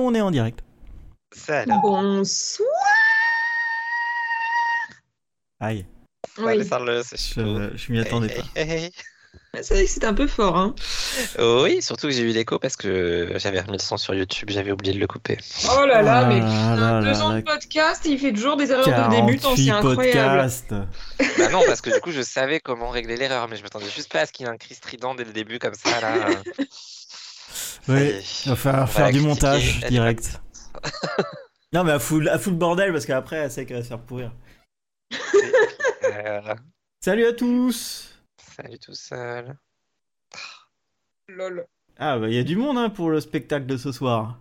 on est en direct. Ça alors. Bonsoir. Aïe, Salut Oui, Charles, c'est chaud. je m'y attendais pas. Hey. c'est vrai que c'était un peu fort, hein. Oui, surtout que j'ai eu l'écho parce que j'avais remis le son sur YouTube, j'avais oublié de le couper. Oh là là, mais Ah putain, là 2 ans là, de podcast, il fait toujours des erreurs de débutant, 48 c'est incroyable. podcasts. Bah non, parce que du coup je savais comment régler l'erreur, mais je m'attendais juste pas à ce qu'il y ait un cri strident dès le début comme ça là. Ça y Ouais, est. il va falloir On va faire la du critiquer, montage elle est direct. Non, mais à full bordel parce qu'après, elle sait qu'elle va se faire pourrir. Salut à tous. Salut tout seul. Lol. Ah, bah, il y a du monde hein, pour le spectacle de ce soir.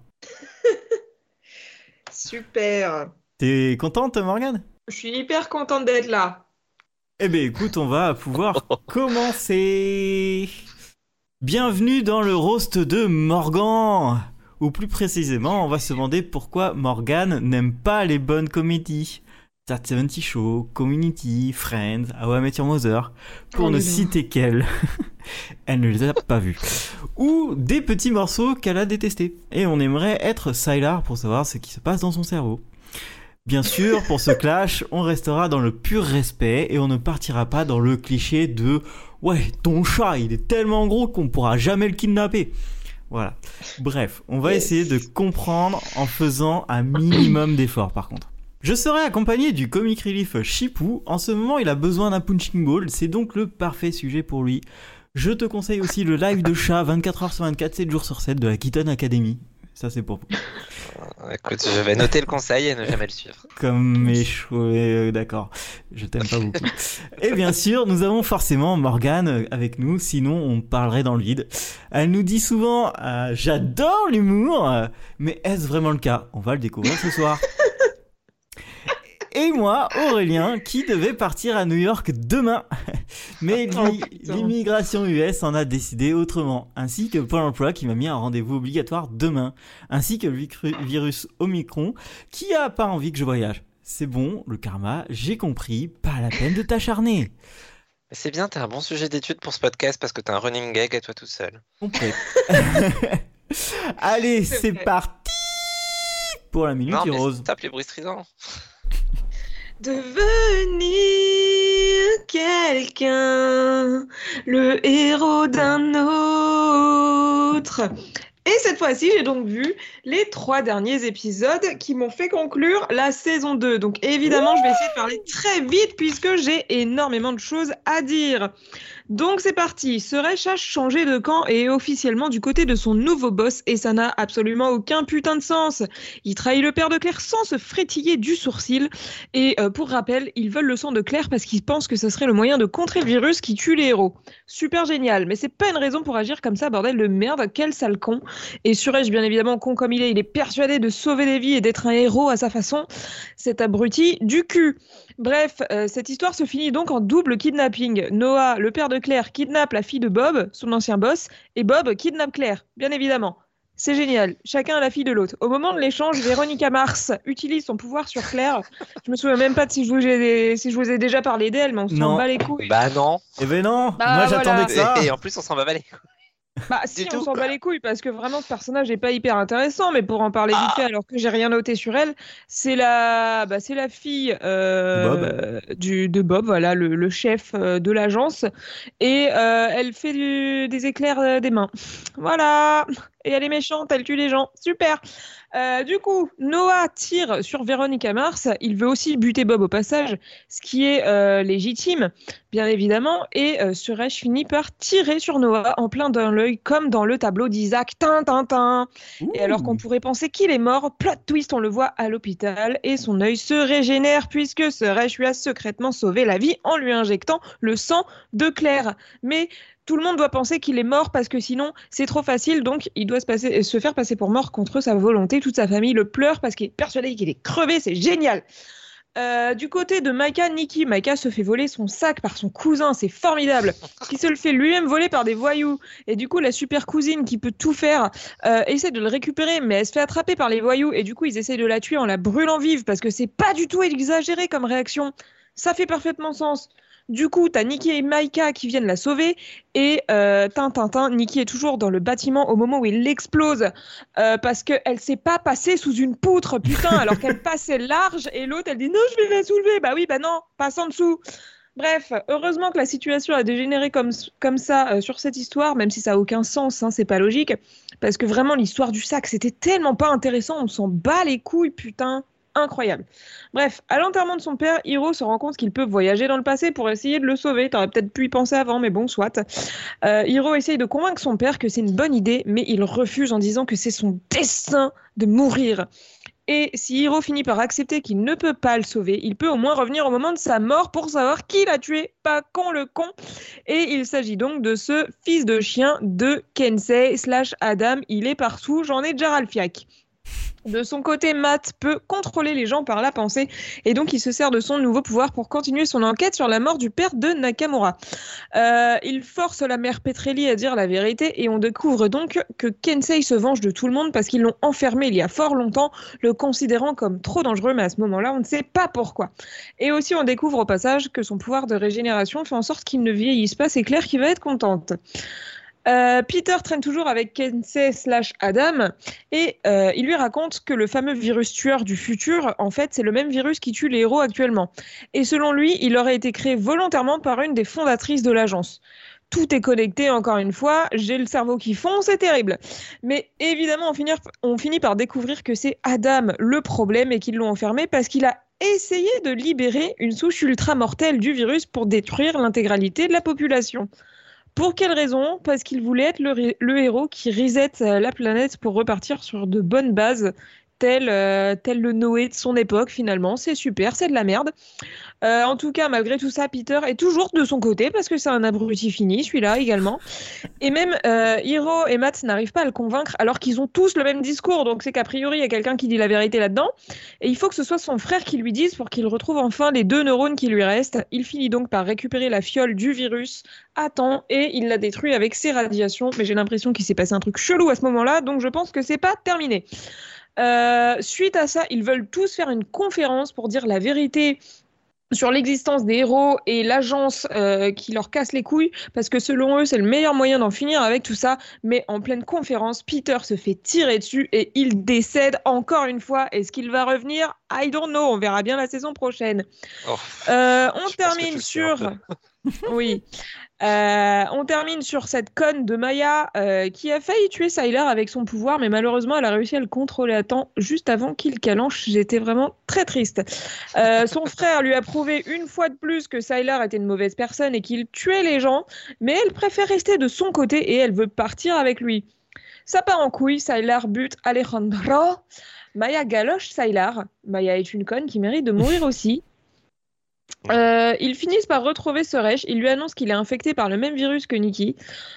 Super. T'es contente, Morgane? Je suis hyper contente d'être là. Eh ben, écoute, on va pouvoir commencer. Bienvenue dans le roast de Morgan. Ou plus précisément, on va se demander pourquoi Morgane n'aime pas les bonnes comédies. That 70 Show, Community, Friends, How I Met Your Mother, pour Oh, ne mais non. citer qu'elle. Elle ne les a pas vus. Ou des petits morceaux qu'elle a détestés. Et on aimerait être Sylar pour savoir ce qui se passe dans son cerveau. Bien sûr, pour ce clash, on restera dans le pur respect et on ne partira pas dans le cliché de « Ouais, ton chat, il est tellement gros qu'on pourra jamais le kidnapper ». Voilà. Bref, on va Yes. essayer de comprendre en faisant un minimum d'efforts par contre. Je serai accompagné du comic relief Chipou. En ce moment, il a besoin d'un punching ball, c'est donc le parfait sujet pour lui. Je te conseille aussi le live de chat 24h sur 24, 7 jours sur 7 de la Kitten Academy. Ça, c'est pour vous. Écoute, je vais noter le conseil et ne jamais le suivre. Comme mes cheveux, d'accord. Je t'aime pas beaucoup. Et bien sûr, nous avons forcément Morgane avec nous, sinon on parlerait dans le vide. Elle nous dit souvent j'adore l'humour, mais est-ce vraiment le cas? On va le découvrir ce soir. Et moi, Aurélien, qui devait partir à New York demain. Mais putain. l'immigration US en a décidé autrement, ainsi que Pôle emploi qui m'a mis un rendez-vous obligatoire demain, ainsi que le virus Omicron qui a pas envie que je voyage. C'est bon, le karma, j'ai compris, pas la peine de t'acharner. Mais c'est bien, t'as un bon sujet d'étude pour ce podcast parce que t'as un running gag à toi tout seul. Complet. Allez, C'est c'est vrai. parti pour la minute Non, mais rose. stop les bruits stridents. Devenir quelqu'un, le héros d'un autre. Et cette fois-ci, j'ai donc vu les 3 derniers épisodes qui m'ont fait conclure la saison 2. Donc évidemment, je vais essayer de parler très vite puisque j'ai énormément de choses à dire. Donc c'est parti, Suresh a changé de camp et est officiellement du côté de son nouveau boss et ça n'a absolument aucun putain de sens. Il trahit le père de Claire sans se frétiller du sourcil et pour rappel, ils veulent le sang de Claire parce qu'ils pensent que ce serait le moyen de contrer le virus qui tue les héros. Super génial, mais c'est pas une raison pour agir comme ça, bordel de merde, quel sale con. Et Suresh, bien évidemment, con comme il est persuadé de sauver des vies et d'être un héros à sa façon. Cet abruti du cul. Bref, cette histoire se finit donc en double kidnapping. Noah, le père de Claire, kidnappe la fille de Bob, son ancien boss, et Bob kidnappe Claire, bien évidemment. C'est génial, chacun a la fille de l'autre. Au moment de l'échange, Véronica Mars utilise son pouvoir sur Claire. Je me souviens même pas de si je vous ai déjà parlé d'elle, mais on s'en Non. bat les couilles. Bah non. Eh ben non, Bah, moi j'attendais voilà. que ça. Et en plus, on s'en va balayer. Bah si, on tout. s'en bat les couilles parce que vraiment ce personnage est pas hyper intéressant, mais pour en parler vite fait alors que j'ai rien noté sur elle, c'est la fille de Bob, voilà le chef de l'agence, et elle fait des éclairs des mains, voilà, et elle est méchante, elle tue les gens, super. Du coup, Noah tire sur Véronica Mars, il veut aussi buter Bob au passage, ce qui est légitime, bien évidemment, et Suresh finit par tirer sur Noah en plein dans l'œil, comme dans le tableau d'Isaac. Tintin. Et alors qu'on pourrait penser qu'il est mort, plot twist, on le voit à l'hôpital, et son œil se régénère puisque Suresh lui a secrètement sauvé la vie en lui injectant le sang de Claire. Mais tout le monde doit penser qu'il est mort parce que sinon c'est trop facile, donc il doit se faire passer pour mort contre sa volonté. Toute sa famille le pleure parce qu'il est persuadé qu'il est crevé, c'est génial. Du côté de Micah, Nikki, Micah se fait voler son sac par son cousin, c'est formidable, qui se le fait lui-même voler par des voyous. Et du coup, la super cousine qui peut tout faire essaie de le récupérer, mais elle se fait attraper par les voyous. Et du coup, ils essayent de la tuer en la brûlant vive parce que c'est pas du tout exagéré comme réaction. Ça fait parfaitement sens. Du coup, t'as Nikki et Maïka qui viennent la sauver et Tintin, Nikki est toujours dans le bâtiment au moment où il explose parce qu'elle s'est pas passée sous une poutre, putain, alors qu'elle passait large et l'autre elle dit non, je vais la soulever. Bah oui, bah non, passe en dessous. Bref, heureusement que la situation a dégénéré comme ça sur cette histoire, même si ça a aucun sens, hein, c'est pas logique, parce que vraiment l'histoire du sac, c'était tellement pas intéressant, on s'en bat les couilles, putain, incroyable. Bref, à l'enterrement de son père, Hiro se rend compte qu'il peut voyager dans le passé pour essayer de le sauver. T'aurais peut-être pu y penser avant, mais bon, soit. Hiro essaye de convaincre son père que c'est une bonne idée, mais il refuse en disant que c'est son destin de mourir. Et si Hiro finit par accepter qu'il ne peut pas le sauver, il peut au moins revenir au moment de sa mort pour savoir qui l'a tué, pas con le con. Et il s'agit donc de ce fils de chien de Kensei / Adam, il est partout, j'en ai déjà ras le fiac. De son côté, Matt peut contrôler les gens par la pensée et donc il se sert de son nouveau pouvoir pour continuer son enquête sur la mort du père de Nakamura. Il force la mère Petrelli à dire la vérité et on découvre donc que Kensei se venge de tout le monde parce qu'ils l'ont enfermé il y a fort longtemps, le considérant comme trop dangereux, mais à ce moment-là, on ne sait pas pourquoi. Et aussi, on découvre au passage que son pouvoir de régénération fait en sorte qu'il ne vieillisse pas, c'est clair qu'il va être contente. Peter traîne toujours avec Kensei / Adam et il lui raconte que le fameux virus tueur du futur, en fait, c'est le même virus qui tue les héros actuellement. Et selon lui, il aurait été créé volontairement par une des fondatrices de l'agence. Tout est connecté, encore une fois, j'ai le cerveau qui fond, c'est terrible. Mais évidemment, on finit par découvrir que c'est Adam le problème et qu'ils l'ont enfermé parce qu'il a essayé de libérer une souche ultra mortelle du virus pour détruire l'intégralité de la population. Pour quelle raison ? Parce qu'il voulait être le héros qui reset la planète pour repartir sur de bonnes bases, tel le Noé de son époque finalement. C'est super, c'est de la merde. En tout cas, malgré tout ça, Peter est toujours de son côté parce que c'est un abruti fini, celui-là également. Et même Hiro et Matt n'arrivent pas à le convaincre alors qu'ils ont tous le même discours. Donc c'est qu'a priori, il y a quelqu'un qui dit la vérité là-dedans. Et il faut que ce soit son frère qui lui dise pour qu'il retrouve enfin les 2 neurones qui lui restent. Il finit donc par récupérer la fiole du virus à temps et il la détruit avec ses radiations. Mais j'ai l'impression qu'il s'est passé un truc chelou à ce moment-là, donc je pense que c'est pas terminé. Suite à ça, ils veulent tous faire une conférence pour dire la vérité sur l'existence des héros et l'agence qui leur casse les couilles, parce que selon eux, c'est le meilleur moyen d'en finir avec tout ça. Mais en pleine conférence, Peter se fait tirer dessus et il décède encore une fois. Est-ce qu'il va revenir ? I don't know, on verra bien la saison prochaine. On termine sur... Oui. On termine sur cette conne de Maya qui a failli tuer Sylar avec son pouvoir, mais malheureusement elle a réussi à le contrôler à temps juste avant qu'il calanche. J'étais vraiment très triste. Son frère lui a prouvé une fois de plus que Sylar était une mauvaise personne et qu'il tuait les gens, mais elle préfère rester de son côté et elle veut partir avec lui. Ça part en couille, Sylar bute Alejandro. Maya galoche Sylar. Maya est une conne qui mérite de mourir aussi. Ils finissent par retrouver Suresh. Il lui annonce qu'il est infecté par le même virus que Nikki.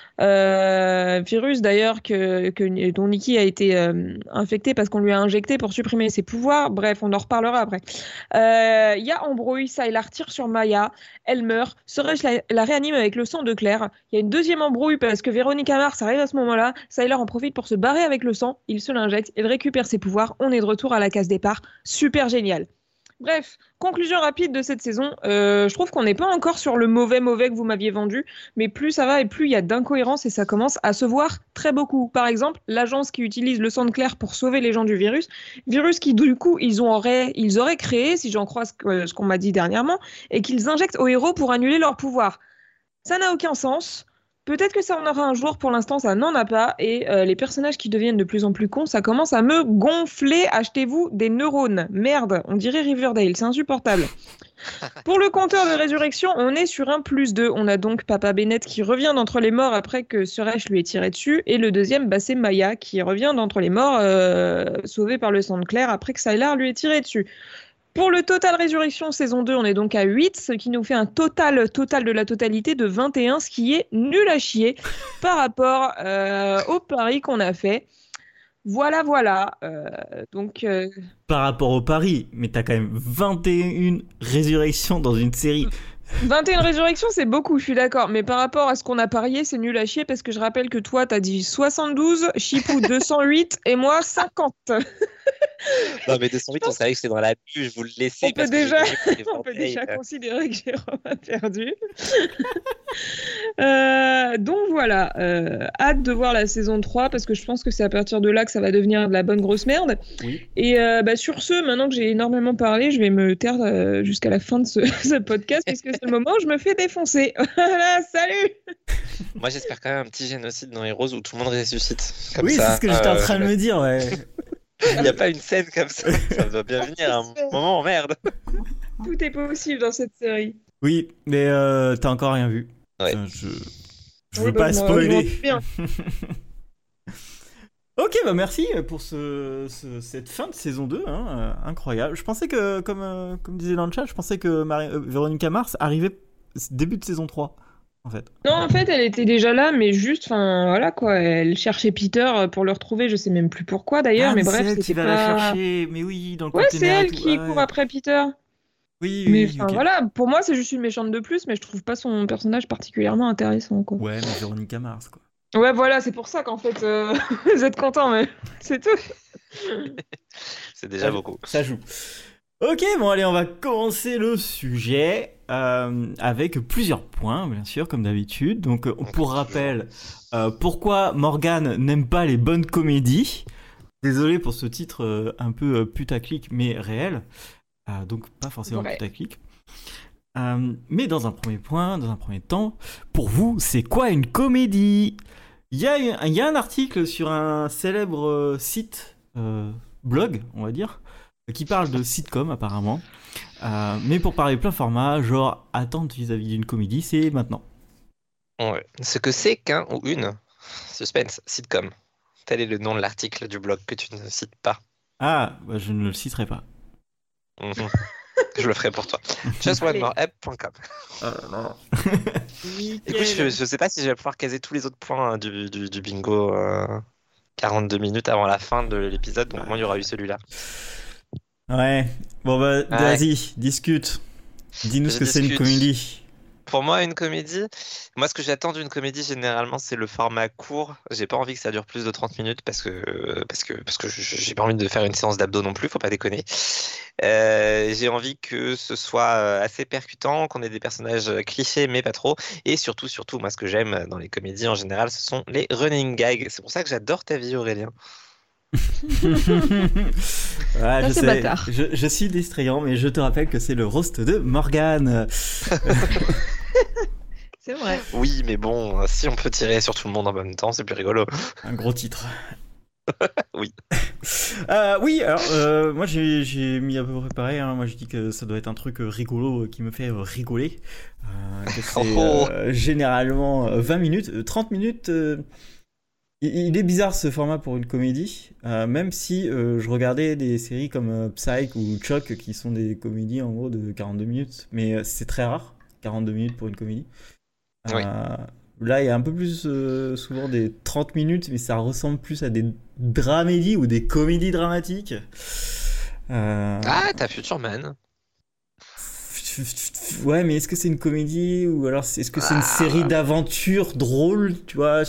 Virus d'ailleurs dont Nikki a été infectée parce qu'on lui a injecté pour supprimer ses pouvoirs. Bref, on en reparlera après. Il y a embrouille, Sylar tire sur Maya, elle meurt. Suresh la réanime avec le sang de Claire. Il y a une deuxième embrouille parce que Véronica Mars arrive à ce moment-là. Sylar en profite pour se barrer avec le sang. Il se l'injecte, il récupère ses pouvoirs. On est de retour à la case départ. Super génial. Bref, conclusion rapide de cette saison, je trouve qu'on n'est pas encore sur le mauvais que vous m'aviez vendu, mais plus ça va et plus il y a d'incohérences et ça commence à se voir très beaucoup. Par exemple, l'agence qui utilise le sang de Claire pour sauver les gens du virus qui du coup ils auraient créé, si j'en crois ce qu'on m'a dit dernièrement, et qu'ils injectent aux héros pour annuler leur pouvoir. Ça n'a aucun sens. Peut-être que ça en aura un jour, pour l'instant ça n'en a pas, et les personnages qui deviennent de plus en plus cons, ça commence à me gonfler. Achetez-vous des neurones. Merde, on dirait Riverdale, c'est insupportable. Pour le compteur de résurrection, on est sur un +2. On a donc Papa Bennett qui revient d'entre les morts après que Suresh lui ait tiré dessus, et le deuxième, c'est Maya qui revient d'entre les morts, sauvée par le sang de Claire après que Sylar lui ait tiré dessus. Pour le Total Résurrection saison 2, on est donc à 8, ce qui nous fait un total de la totalité de 21, ce qui est nul à chier par rapport au pari qu'on a fait. Voilà. Donc, Par rapport au pari, mais t'as quand même 21 résurrections dans une série. 21 résurrections, c'est beaucoup, je suis d'accord. Mais par rapport à ce qu'on a parié, c'est nul à chier parce que je rappelle que toi, t'as dit 72, Chipou 208 et moi 50. Non, mais 208, on savait que c'était dans la pub, je vous le laissais. On peut parce que déjà, j'ai connu les on peut Fortnite. déjà considérer que Jérôme a perdu. Donc voilà, hâte de voir la saison 3 parce que je pense que c'est à partir de là que ça va devenir de la bonne grosse merde. Oui. Et sur ce, maintenant que j'ai énormément parlé, je vais me taire jusqu'à la fin de ce podcast puisque c'est le moment où je me fais défoncer. Voilà, salut! Moi, j'espère quand même un petit génocide dans Heroes où tout le monde ressuscite. Comme Oui, ça, c'est ce que j'étais en train de me dire, ouais. Il n'y a pas une scène comme ça. Ça doit bien venir à un moment, merde. Tout est possible dans cette série. Oui, mais t'as encore rien vu. Ouais. Enfin, je Oui, veux pas je m'en spoiler. doute bien. Ok, bah merci pour cette fin de saison 2, hein, incroyable. Je pensais que, comme disait dans le chat, je pensais que Véronica Mars arrivait début de saison 3, en fait. Non, en fait, elle était déjà là, mais juste, enfin, voilà quoi, elle cherchait Peter pour le retrouver, je sais même plus pourquoi d'ailleurs, Ah, mais c'est bref, elle qui c'était va pas... la chercher, mais oui, dans le Ouais, c'est conteneur et elle tout. qui Ah, court ouais. après Peter. Oui, Mais oui, enfin ok. voilà, pour moi, c'est juste une méchante de plus, mais je trouve pas son personnage particulièrement intéressant, quoi. Ouais, mais Véronica Mars, quoi. Ouais, voilà, c'est pour ça qu'en fait, vous êtes contents, mais c'est tout. C'est déjà beaucoup. Ça joue. Ok, bon allez, on va commencer le sujet avec plusieurs points, bien sûr, comme d'habitude. Donc, pour rappel, pourquoi Morgane n'aime pas les bonnes comédies. Désolé pour ce titre un peu putaclic, mais réel. Donc, pas forcément Ouais. putaclic. Mais dans un premier temps, pour vous, c'est quoi une comédie ? Il y a un article sur un célèbre site blog, on va dire, qui parle de sitcom apparemment. Mais pour parler plein format, genre attente vis-à-vis d'une comédie, c'est maintenant. Ouais. Ce que c'est qu'un ou une suspense sitcom. Tel est le nom de l'article du blog que tu ne cites pas. Ah, bah, je ne le citerai pas. Mhm. Je le ferai pour toi. JustOneMoreApp.com. Écoute, je sais pas si je vais pouvoir caser tous les autres points du bingo 42 minutes avant la fin de l'épisode, donc moi il y aura eu celui-là. Ouais, bon bah vas-y, discute. Dis-nous ce que c'est une discute. comédie. Pour moi, une comédie, moi ce que j'attends d'une comédie généralement c'est le format court. J'ai pas envie que ça dure plus de 30 minutes parce que j'ai pas envie de faire une séance d'abdos non plus, faut pas déconner. J'ai envie que ce soit assez percutant, qu'on ait des personnages clichés mais pas trop. Et surtout, moi ce que j'aime dans les comédies en général, ce sont les running gags. C'est pour ça que j'adore ta vie, Aurélien. Ouais, je c'est sais, bâtard. je suis distrayant, mais je te rappelle que c'est le roast de Morgane. C'est vrai. Oui, mais bon, si on peut tirer sur tout le monde en même temps, c'est plus rigolo. Un gros titre. Oui. Oui, alors moi j'ai mis à peu près pareil. Hein. Moi je dis que ça doit être un truc rigolo qui me fait rigoler. Que c'est généralement 20 minutes, 30 minutes. Il est bizarre ce format pour une comédie, même si je regardais des séries comme Psych ou Chuck qui sont des comédies en gros de 42 minutes, mais c'est très rare, 42 minutes pour une comédie. Oui. Là, il y a un peu plus souvent des 30 minutes, mais ça ressemble plus à des dramédies ou des comédies dramatiques. Ah, t'as Future Man. Ouais, mais est-ce que c'est une comédie ou alors est-ce que c'est une série d'aventures drôles, tu vois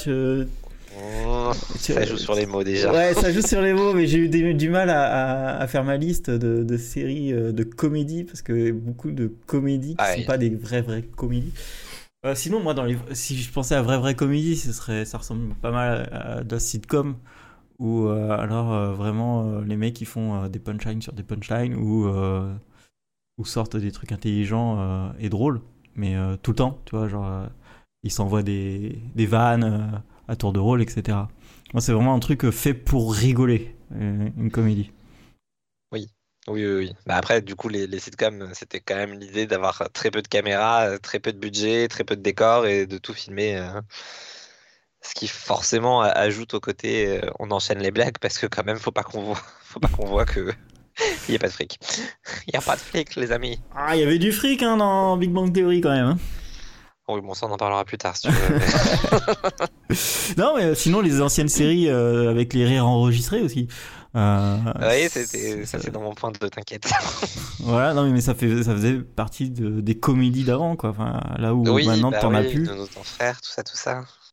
Ça joue sur les mots déjà. Ouais, ça joue sur les mots, mais j'ai eu du mal à faire ma liste de séries de comédies parce que beaucoup de comédies qui sont pas des vraies comédies. Sinon, moi, si je pensais à vraie comédie, ça ressemble pas mal à de la sitcom ou alors vraiment les mecs qui font des punchlines sur des punchlines ou sortent des trucs intelligents et drôles, mais tout le temps, tu vois, genre ils s'envoient des vannes à tour de rôle, etc. Moi, c'est vraiment un truc fait pour rigoler, une comédie. Oui. Bah après, du coup, les sitcoms, c'était quand même l'idée d'avoir très peu de caméras, très peu de budget, très peu de décors et de tout filmer. Ce qui forcément ajoute au côté, on enchaîne les blagues parce que quand même, faut pas qu'on voit que il y a pas de fric. Il y a pas de fric, les amis. Ah, il y avait du fric dans Big Bang Theory quand même. Hein. Oui, bon, ça on en parlera plus tard si tu veux. Non, mais sinon les anciennes séries avec les rires enregistrés aussi. Oui, c'est dans mon point de t'inquiète. Voilà, non mais ça faisait partie des comédies d'avant, quoi. Enfin, là où maintenant t'en as plus. Nos frères, tout ça.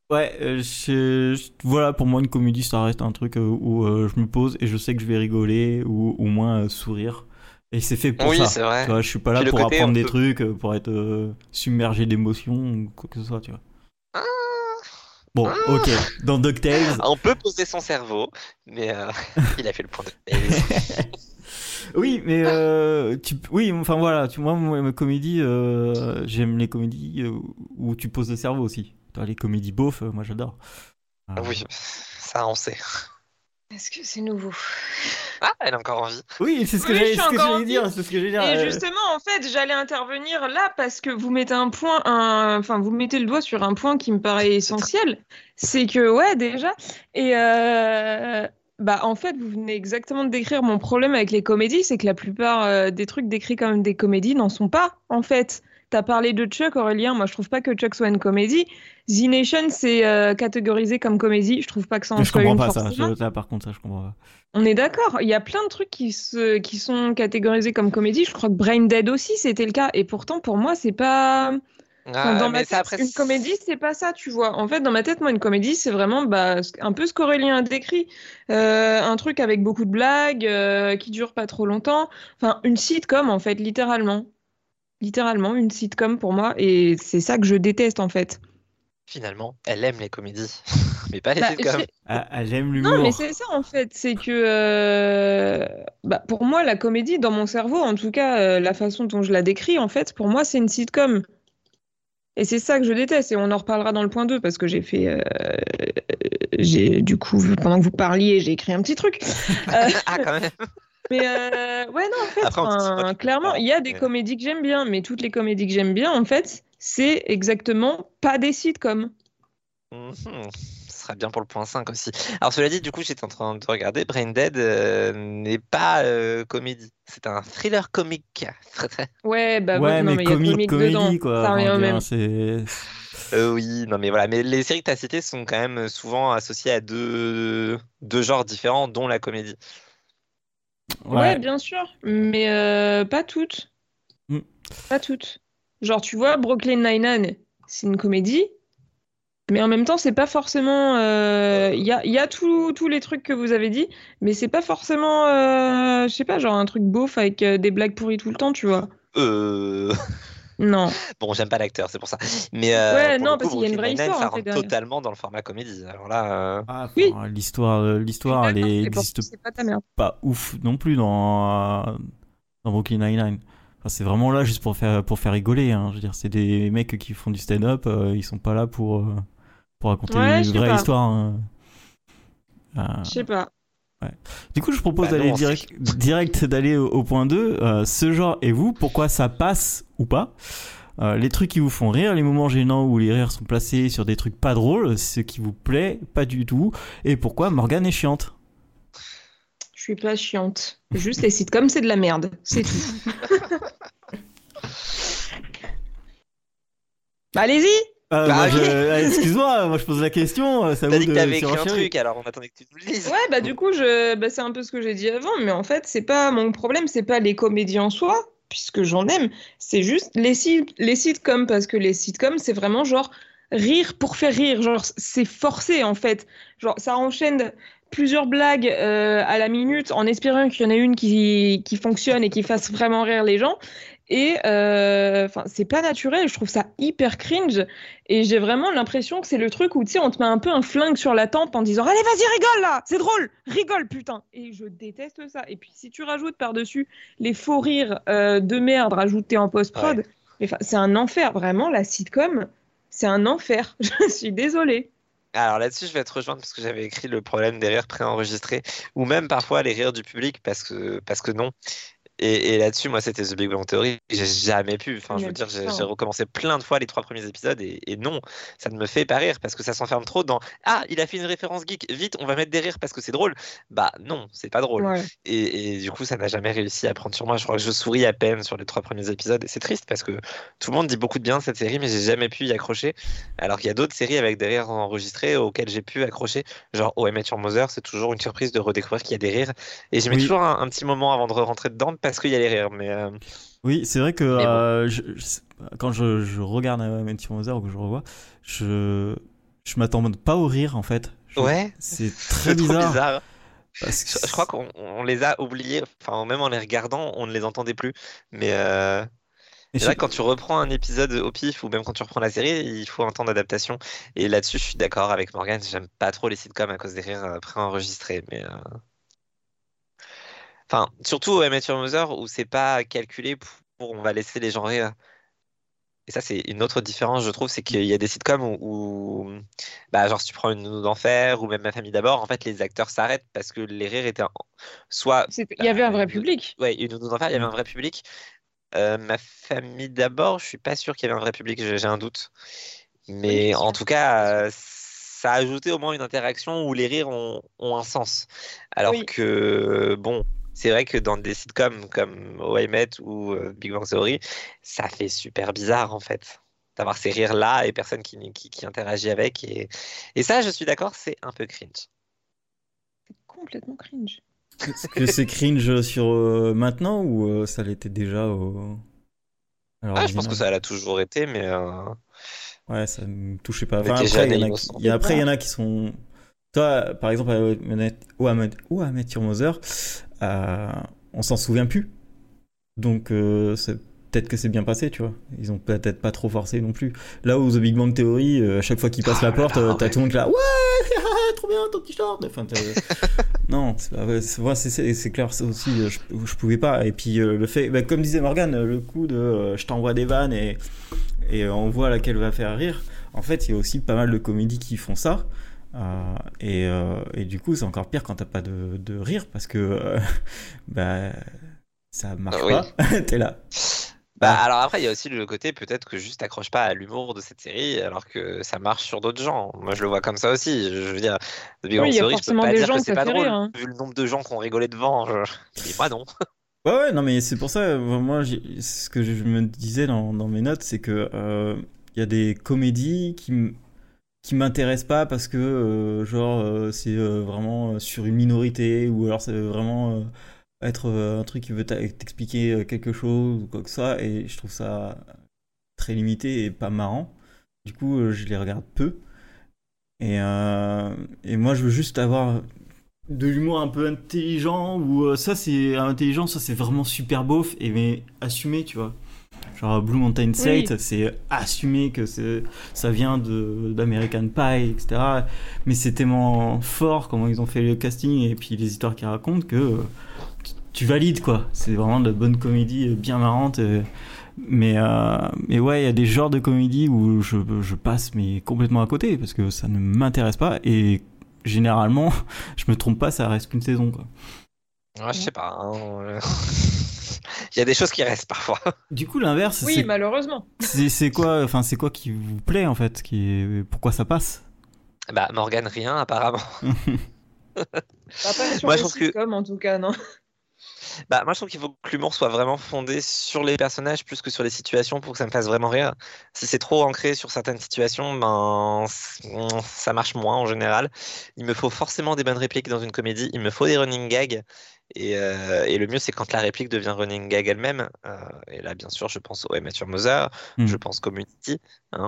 Ouais, voilà, pour moi, une comédie, ça reste un truc où je me pose et je sais que je vais rigoler ou au moins sourire. Et c'est fait pour Oui, ça. c'est vrai. Tu vois, je suis pas là Puis le pour côté, apprendre on des peut. trucs, pour être submergé d'émotions ou quoi que ce soit, tu vois. Ah, Bon, ah. ok, dans DuckTales. On peut poser son cerveau, mais il a fait le point de Tails. Oui, mais oui, enfin voilà, moi, mes comédies, j'aime les comédies où tu poses le cerveau aussi. Toi, les comédies beauf, moi j'adore. Euh, Oui, ça on sait. Est-ce que c'est nouveau? Ah, elle a encore envie. Oui, c'est Oui, je suis ce que encore en j'allais vie. dire, c'est ce que j'allais dire. Et justement, en fait, j'allais intervenir là parce que vous mettez enfin, vous mettez le doigt sur un point qui me paraît C'est très... essentiel. C'est que, ouais, déjà. Et bah, en fait, vous venez exactement de décrire mon problème avec les comédies, c'est que la plupart des trucs décrits comme des comédies n'en sont pas, en fait. T'as parlé de Chuck, Aurélien. Moi, je trouve pas que Chuck soit une comédie. The Nation, c'est catégorisé comme comédie. Je trouve pas que ça en Je soit comprends une pas ça. forcément. Là, par contre, ça, je comprends pas. On est d'accord, il y a plein de trucs qui sont catégorisés comme comédie. Je crois que Brain Dead aussi, c'était le cas. Et pourtant, pour moi, c'est pas. Enfin, Ah, dans ma mais ça tête, après. une comédie, c'est pas ça, tu vois. En fait, dans ma tête, moi, une comédie, c'est vraiment bah, un peu ce qu'Aurélien a décrit. Un truc avec beaucoup de blagues, qui dure pas trop longtemps. Enfin, une sitcom, en fait, littéralement. Littéralement, une sitcom pour moi. Et c'est ça que je déteste, en fait. Finalement, elle aime les comédies, mais pas les Bah, sitcoms. Ah, j'aime non, mais l'humour. c'est ça en fait, c'est que bah, pour moi la comédie dans mon cerveau, en tout cas la façon dont je la décris en fait, pour moi c'est une sitcom. Et c'est ça que je déteste et on en reparlera dans le point 2 parce que j'ai du coup pendant que vous parliez j'ai écrit un petit truc. Euh, Ah, quand même. mais ouais non en fait, Après, on te dit pas, tu peux le clairement faire. il y a des Mais, comédies que j'aime bien, mais toutes les comédies que j'aime bien en fait c'est exactement pas des sitcoms. Ce serait bien pour le point 5 aussi. Alors, cela dit, du coup, j'étais en train de regarder. Brain Dead n'est pas comédie. C'est un thriller comique. Très, très. Ouais bah Ouais, non mais mais il y a comique dedans, comédie, quoi. ça Enfin, revient je au veux dire, même. c'est. Oui, non, mais voilà. Mais les séries que tu as citées sont quand même souvent associées à deux genres différents, dont la comédie. Ouais, Ouais. bien sûr, mais pas toutes. Mm. Pas toutes. Genre, tu vois, Brooklyn Nine-Nine, c'est une comédie, mais en même temps, c'est pas forcément. Il y a tous les trucs que vous avez dit, mais c'est pas forcément. Je sais pas, genre un truc beauf avec des blagues pourries tout le temps, tu vois. Euh... Non. Bon, j'aime pas l'acteur, c'est pour ça. Mais Ouais, pour le non, coup, parce qu'il y a une Brooklyn vraie Nine-Nine, histoire ça en fait rentre derrière. totalement dans le format comédie. Alors là, Ah, Oui, enfin, je suis l'histoire, elle d'accord, et pourtant, existe c'est pas ta merde. pas ouf non plus dans Brooklyn Nine-Nine. Enfin, c'est vraiment là juste pour faire rigoler. Hein. Je veux dire, c'est des mecs qui font du stand-up. Ils sont pas là pour raconter Ouais, je une sais vraie pas. histoire. Hein. Euh, Je sais pas. ouais. Du coup, je propose bah non, d'aller on sait. direct d'aller au point 2. Ce genre et vous, pourquoi ça passe ou pas? Les trucs qui vous font rire, les moments gênants où les rires sont placés sur des trucs pas drôles, ce qui vous plaît pas du tout, et pourquoi Morgane est chiante. Je suis pas chiante. Juste les sitcoms, c'est de la merde. C'est tout. Bah, allez-y! Bah, ok. Excuse-moi, moi je pose la question, ça T'as vous dit que de t'avais écrit un surenchérir. truc, alors on attendait que tu nous le dises. Ouais, bah du coup, bah, c'est un peu ce que j'ai dit avant, mais en fait, c'est pas mon problème, c'est pas les comédies en soi, puisque j'en aime, c'est juste les sitcoms, parce que les sitcoms, c'est vraiment genre rire pour faire rire, genre c'est forcé en fait, genre ça enchaîne plusieurs blagues à la minute en espérant qu'il y en ait une qui fonctionne et qui fasse vraiment rire les gens. Et enfin, c'est pas naturel, je trouve ça hyper cringe. Et j'ai vraiment l'impression que c'est le truc où, tu sais, on te met un peu un flingue sur la tempe en disant allez, vas-y, rigole là, c'est drôle, rigole, putain. Et je déteste ça. Et puis, si tu rajoutes par-dessus les faux rires de merde rajoutés en Ouais. post-prod, enfin, c'est un enfer, vraiment, la sitcom, c'est un enfer. Je suis désolée. Alors là-dessus, je vais te rejoindre parce que j'avais écrit le problème des rires préenregistrés, ou même parfois les rires du public parce que non. Et là-dessus, moi, c'était The Big Bang Theory. J'ai jamais pu. Enfin, je veux Mais dire, j'ai putain. recommencé plein de fois les 3 premiers épisodes et non, ça ne me fait pas rire parce que ça s'enferme trop dans Ah, il a fait une référence geek, vite, on va mettre des rires parce que c'est drôle. Bah non, c'est pas drôle. Ouais. Et du coup, ça n'a jamais réussi à prendre sur moi. Je crois que je souris à peine sur les 3 premiers épisodes et c'est triste parce que tout le monde dit beaucoup de bien de cette série, mais j'ai jamais pu y accrocher. Alors qu'il y a d'autres séries avec des rires enregistrés auxquelles j'ai pu accrocher, genre Oh, I Met Your Mother, c'est toujours une surprise de redécouvrir qu'il y a des rires. Et je mets Oui, toujours un petit moment avant de rentrer dedans parce qu'il y a les rires. oui, c'est vrai que Mais bon. quand je regarde Matthew Mother ou que je revois, je je m'attends pas au rire en fait. Ouais, C'est c'est très trop bizarre. bizarre. Parce Je crois que qu'on les a oubliés, enfin même en les regardant, on ne les entendait plus. Mais et c'est vrai que quand tu reprends un épisode au pif ou même quand tu reprends la série, il faut un temps d'adaptation. Et là-dessus, je suis d'accord avec Morgan, j'aime pas trop les sitcoms à cause des rires préenregistrés. Mais enfin, surtout How I Met Your Mother où c'est pas calculé on va laisser les gens rire. Et ça, c'est une autre différence, je trouve, c'est qu'il y a des sitcoms bah, genre, si tu prends Une Nounou d'Enfer ou même Ma Famille d'abord, en fait, les acteurs s'arrêtent parce que les rires étaient soit, Il y avait un vrai une... public. ouais, Une Nounou d'Enfer, il y avait ouais. un vrai public. Ma Famille d'abord, je suis pas sûr qu'il y avait un vrai public, j'ai un doute. Bonne Mais en question. tout Pas cas, sûr. ça a ajouté au moins une interaction où les rires ont un sens. Alors Oui, que, bon, c'est vrai que dans des sitcoms comme How I Met ou Big Bang Theory, ça fait super bizarre en fait. D'avoir ces rires-là et personne qui interagit avec. Et ça, je suis d'accord, c'est un peu cringe. complètement cringe. est-ce que c'est cringe sur maintenant ou ça l'était déjà à Ah, je pense que l'original? ça l'a toujours été, mais Ouais, ça me touchait pas. on Enfin, était après, jeunes et innocents. il y en a qui sont. Toi, par exemple, How I Met Your Mother, euh, on s'en souvient plus. Donc, peut-être que c'est bien passé, tu vois. Ils ont peut-être pas trop forcé non plus. Là où The Big Bang Theory, à chaque fois qu'ils passent Oh la là porte, là, t'as ouais. tout le monde qui est là. Ouais, trop bien ton petit short. Enfin, non, c'est pas vrai. C'est clair, ça aussi, je pouvais pas. Et puis, le fait, bah, comme disait Morgan, le coup de je t'envoie des vannes et on voit laquelle va faire rire. En fait, il y a aussi pas mal de comédies qui font ça. Et du coup, c'est encore pire quand t'as pas de rire parce que bah, ça marche Oui. pas. T'es là. Bah, Ah, alors après, il y a aussi le côté peut-être que juste t'accroches pas à l'humour de cette série, alors que ça marche sur d'autres gens. Moi, je le vois comme ça aussi. Je veux dire, The Big Oui, Bang il y a Theory, je peux forcément pas des dire gens que que c'est ça pas fait rire, drôle, hein. vu le nombre de gens qui ont rigolé devant. Et moi, non. ouais, non, mais c'est pour ça, moi, ce que je me disais dans mes notes, c'est que il y a des comédies qui m'intéressent pas parce que, genre, c'est vraiment sur une minorité ou alors c'est vraiment être un truc qui veut t'expliquer quelque chose ou quoi que ça, et je trouve ça très limité et pas marrant. Du coup, je les regarde peu. Et, euh, et moi, je veux juste avoir de l'humour un peu intelligent ou ça c'est intelligent, ça c'est vraiment super beauf et mais assumé, tu vois. Genre Blue Mountain Oui, State, c'est assumé que ça vient d'American Pie, etc. Mais c'est tellement fort comment ils ont fait le casting et puis les histoires qu'ils racontent que tu valides quoi. C'est vraiment de la bonne comédie bien marrante. Mais ouais, il y a des genres de comédies où je passe mais complètement à côté parce que ça ne m'intéresse pas et généralement, je me trompe pas, ça reste qu'une saison quoi. Ouais, je sais pas, hein. Il y a des choses qui restent parfois. Du coup, l'inverse, oui, malheureusement. c'est quoi, enfin c'est quoi qui vous plaît en fait, pourquoi ça passe? Bah, Morgan, rien, apparemment. Bah, pas sur Moi, je les trouve que sitcoms, en tout cas, non. Bah, moi, je trouve qu'il faut que l'humour soit vraiment fondé sur les personnages plus que sur les situations pour que ça me fasse vraiment rire. Si c'est trop ancré sur certaines situations, ben, ça marche moins en général. Il me faut forcément des bonnes répliques dans une comédie. Il me faut des running gags. Et le mieux, c'est quand la réplique devient running gag elle-même. Et là, bien sûr, je pense au How I Met Your Mother, je Hmm. pense Community. Hein.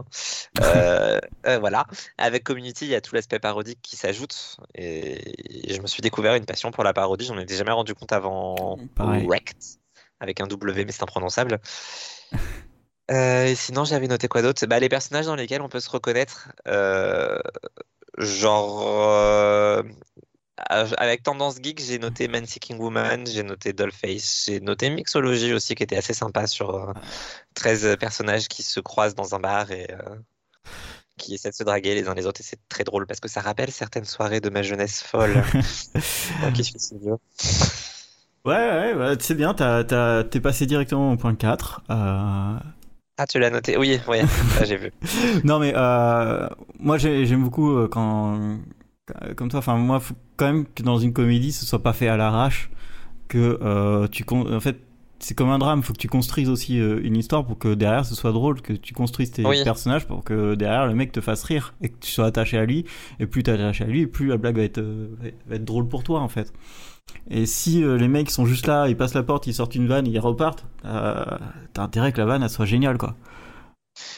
Voilà. Avec Community, il y a tout l'aspect parodique qui s'ajoute. Et je me suis découvert une passion pour la parodie. J'en étais jamais rendu compte avant Pareil. Wrecked, avec un W, mais c'est imprononçable. Et sinon, j'avais noté quoi d'autre? Bah, les personnages dans lesquels on peut se reconnaître. Genre, avec Tendance Geek, j'ai noté Man Seeking Woman, j'ai noté Dollface, j'ai noté Mixology aussi, qui était assez sympa sur 13 personnages qui se croisent dans un bar et qui essaient de se draguer les uns les autres. Et c'est très drôle parce que ça rappelle certaines soirées de ma jeunesse folle. Moi qui suis si vieux. Ouais, c'est bien, t'es passé directement au point 4. Ah, tu l'as noté? Oui, oui, ça j'ai vu. Non mais moi j'aime beaucoup comme toi, enfin moi faut quand même que dans une comédie ce soit pas fait à l'arrache, que en fait c'est comme un drame, faut que tu construises aussi une histoire pour que derrière ce soit drôle, que tu construises tes Oui, personnages pour que derrière le mec te fasse rire et que tu sois attaché à lui, et plus t'es attaché à lui, plus la blague va être drôle pour toi en fait. Et si les mecs sont juste là, ils passent la porte, ils sortent une vanne, ils repartent, t'as intérêt que la vanne elle soit géniale quoi.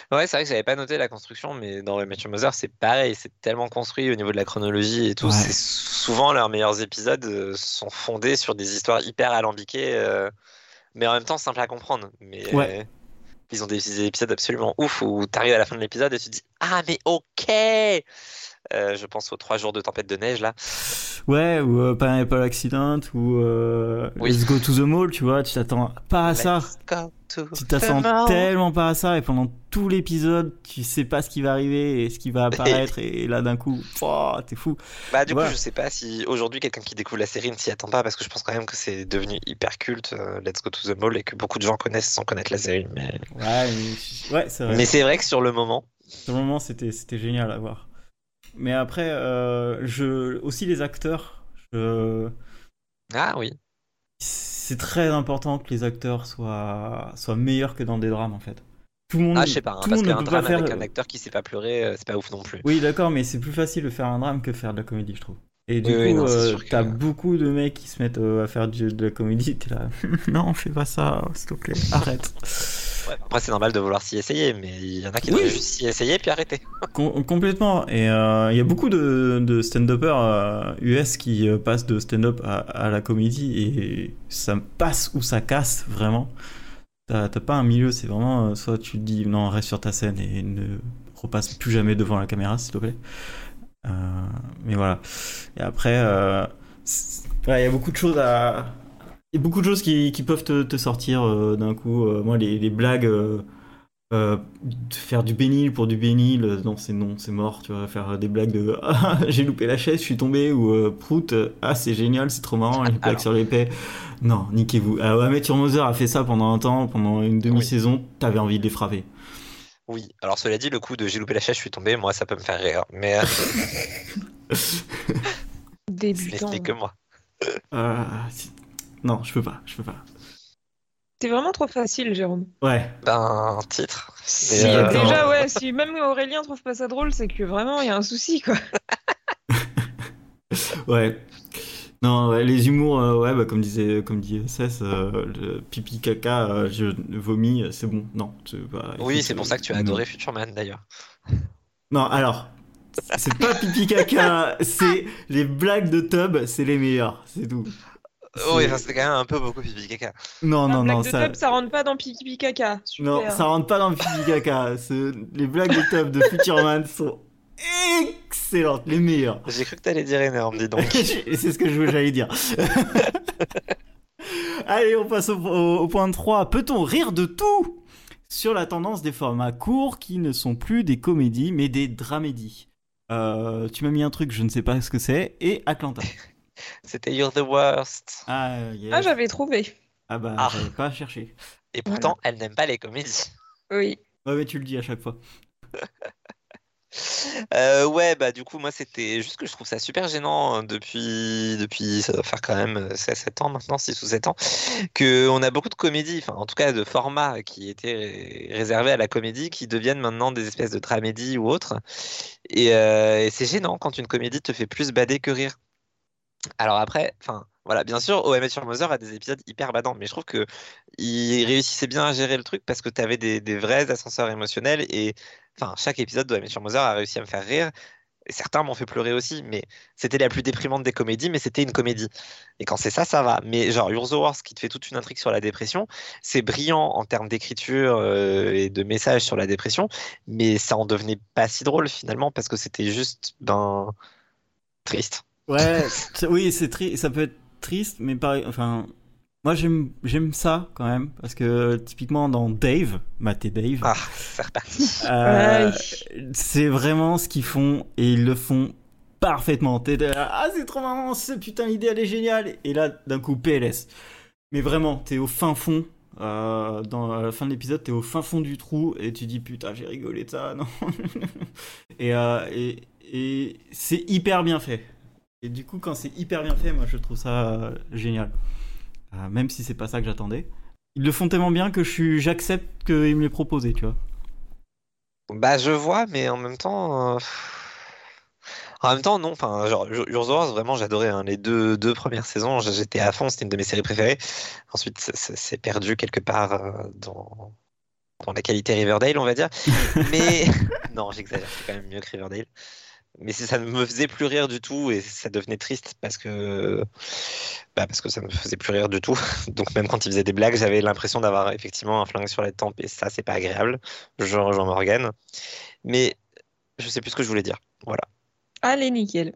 Ouais, c'est vrai que j'avais pas noté la construction, mais dans Matthew Mother, c'est pareil, c'est tellement construit au niveau de la chronologie et tout. Ouais. C'est souvent leurs meilleurs épisodes sont fondés sur des histoires hyper alambiquées, mais en même temps simples à comprendre. Mais Ouais. ils ont des épisodes absolument ouf où t'arrives à la fin de l'épisode et tu te dis ah mais ok. Je pense aux 3 jours de tempête de neige là. Ouais, ou Pineapple Accident, ou Oui. Let's Go to the Mall, tu vois, tu t'attends pas à ça. Let's go to Tu the t'attends mall. tellement pas à ça, et pendant tout l'épisode, tu sais pas ce qui va arriver et ce qui va apparaître, et là d'un coup, oh, t'es fou. Bah du coup Voilà. je sais pas si aujourd'hui quelqu'un qui découvre la série ne s'y attend pas parce que je pense quand même que c'est devenu hyper culte Let's Go to the Mall et que beaucoup de gens connaissent sans connaître la série Ouais, c'est vrai. mais c'est vrai que sur le moment Sur le moment, c'était génial à voir. Mais après, aussi les acteurs, ah oui c'est très important que les acteurs soient meilleurs que dans des drames en fait. Tout le monde, ah je sais pas hein, tout le parce monde ne qu'un peut pas drame faire. avec un acteur qui sait pas pleurer c'est pas ouf non plus. Oui, d'accord, mais c'est plus facile de faire un drame que faire de la comédie, je trouve. Et Oui du oui coup, non c'est sûr que t'as beaucoup de mecs qui se mettent à faire de la comédie. T'es là, non, fais pas ça, s'il te plaît, arrête. ouais, après c'est normal de vouloir s'y essayer mais il y en a qui Oui. devraient juste s'y essayer puis arrêter. Complètement. Et il y a beaucoup de stand-uppers US qui passent de stand-up à la comédie et ça passe ou ça casse vraiment. T'as pas un milieu, c'est vraiment soit tu te dis non, reste sur ta scène et ne repasse plus jamais devant la caméra, s'il te plaît. Euh, mais voilà. Et après, il y a beaucoup de choses il y a beaucoup de choses qui peuvent te sortir d'un coup. Moi, les blagues. Faire du bénil pour du bénil, non, c'est mort, tu vois, faire des blagues de ah, j'ai loupé la chaise, je suis tombé, ou prout, ah, c'est génial, c'est trop marrant, les blagues Alors. sur l'épée. Non, niquez-vous. Ahmed Mother a fait ça pendant un temps, pendant une demi-saison, t'avais envie de les frapper. Oui alors cela dit le coup de j'ai loupé la chaise je suis tombé moi ça peut me faire rire mais ce Débutant. n'est que moi. Euh, non, je peux pas. C'est vraiment trop facile, Jérôme. Ouais. Ben titre. Si, Mais, déjà, ouais, si même Aurélien trouve pas ça drôle, c'est que vraiment il y a un souci, quoi. Ouais. Non, ouais, les humours, ouais, bah, comme dit Cess, le pipi caca, je vomis, c'est bon. Non, Oui, écoute, c'est pour ça que tu as non. adoré Future-Man d'ailleurs. Non, alors, c'est pas pipi caca, c'est les blagues de Tub, c'est les meilleures, c'est tout. Oui, enfin, c'est quand même un peu beaucoup pipi caca. Non, La non, blague non, de Tub, ça rentre pas dans Pipi Caca. non, Super. ça rentre pas dans le pipi caca. Les blagues de Tub de Futureman sont excellentes, les meilleures. J'ai cru que t'allais dire énorme, dis donc. C'est ce que j'allais dire. Allez, on passe au point 3. Peut-on rire de tout sur la tendance des formats courts qui ne sont plus des comédies mais des dramédies? Tu m'as mis un truc, je ne sais pas ce que c'est, et Atlanta. C'était You're the Worst. Ah, yes. Ah, j'avais trouvé. Ah bah, Ah. j'avais pas cherché. Et pourtant, elle n'aime pas les comédies. Oui. Ouais, mais tu le dis à chaque fois. Ouais, bah du coup, moi, c'était juste que je trouve ça super gênant depuis ça doit faire quand même 7 ans maintenant, 6 ou 7 ans, qu'on a beaucoup de comédies, enfin, en tout cas, de formats qui étaient réservés à la comédie, qui deviennent maintenant des espèces de dramédies ou autres. Et c'est gênant quand une comédie te fait plus bader que rire. Alors après, enfin, voilà, bien sûr, How I Met Your Mother a des épisodes hyper badants, mais je trouve que il réussissait bien à gérer le truc parce que tu avais des vrais ascenseurs émotionnels et enfin, chaque épisode de How I Met Your Mother a réussi à me faire rire. Et certains m'ont fait pleurer aussi, mais c'était la plus déprimante des comédies, mais c'était une comédie. Et quand c'est ça, ça va. Mais genre You're the Worst, qui te fait toute une intrigue sur la dépression, c'est brillant en termes d'écriture et de messages sur la dépression, mais ça en devenait pas si drôle finalement parce que c'était juste, ben, triste. Ouais, oui, ça peut être triste, mais pareil, enfin, moi j'aime ça quand même, parce que typiquement dans Dave, Matt et Dave, Ah, c'est reparti. c'est vraiment ce qu'ils font, et ils le font parfaitement. T'es là, ah c'est trop marrant, putain l'idée elle est géniale, et là d'un coup PLS. Mais vraiment, t'es au fin fond, dans la fin de l'épisode, t'es au fin fond du trou, et tu dis putain j'ai rigolé de ça, non. et c'est hyper bien fait. Et du coup, quand c'est hyper bien fait, moi je trouve ça génial. Même si c'est pas ça que j'attendais. Ils le font tellement bien que j'accepte qu'ils me l'aient proposé, tu vois. Bah, je vois, mais en même temps, non. Enfin, genre, You're the Worst, vraiment, j'adorais hein. Les deux premières saisons, j'étais à fond, c'était une de mes séries préférées. Ensuite, c'est perdu quelque part dans dans la qualité Riverdale, on va dire. Mais non, j'exagère, c'est quand même mieux que Riverdale. Mais ça ne me faisait plus rire du tout et ça devenait triste parce que ça ne me faisait plus rire du tout. Donc même quand il faisait des blagues, j'avais l'impression d'avoir effectivement un flingue sur la tempe et ça, c'est pas agréable. Je rejoins Morgane. Mais je sais plus ce que je voulais dire. Voilà. Allez, nickel.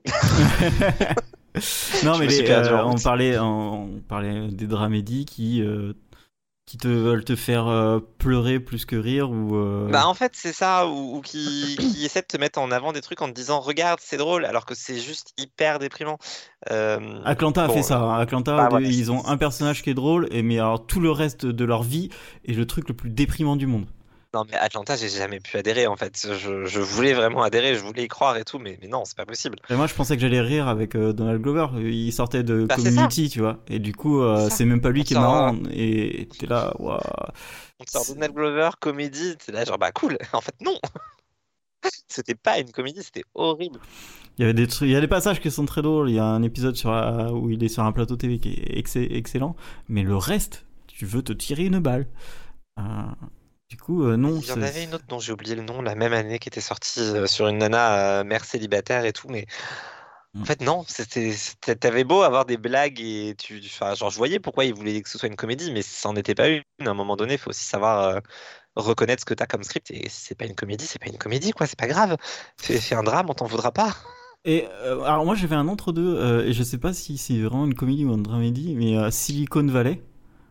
Non, Je mais me suis perdu en route. on parlait des dramédies qui te veulent te faire pleurer plus que rire ou Bah en fait c'est ça ou qui essaie de te mettre en avant des trucs en te disant regarde c'est drôle alors que c'est juste hyper déprimant. Atlanta a Bon, fait ça. Hein. Atlanta, bah voilà, ils ont un personnage qui est drôle, mais alors tout le reste de leur vie est le truc le plus déprimant du monde. non mais Atlanta j'ai jamais pu adhérer en fait. Je voulais vraiment adhérer, je voulais y croire et tout mais non c'est pas possible. Et moi, je pensais que j'allais rire avec Donald Glover. Il sortait de Bah c'est ça, Community, tu vois. Et du coup, c'est ça. c'est même pas lui On qui est sort, marrant. Et t'es là, waouh. on te sort Donald Glover comédie, t'es là genre bah cool. En fait non, c'était pas une comédie, c'était horrible. Il y avait des trucs, il y a des passages qui sont très drôles. Il y a un épisode où il est sur un plateau TV qui est excellent. Mais le reste, tu veux te tirer une balle. Euh, Du coup, non. Il y en avait une autre dont j'ai oublié le nom la même année qui était sortie sur une nana mère célibataire et tout, mais en fait non, t'avais beau avoir des blagues et enfin, genre je voyais pourquoi ils voulaient que ce soit une comédie, mais ça n'en était pas une. À un moment donné, il faut aussi savoir reconnaître ce que t'as comme script et si c'est pas une comédie, c'est pas une comédie quoi, c'est pas grave. Fais un drame, on t'en voudra pas. Et alors moi j'avais un entre-deux, et je sais pas si c'est vraiment une comédie ou une dramédie, mais Silicon Valley.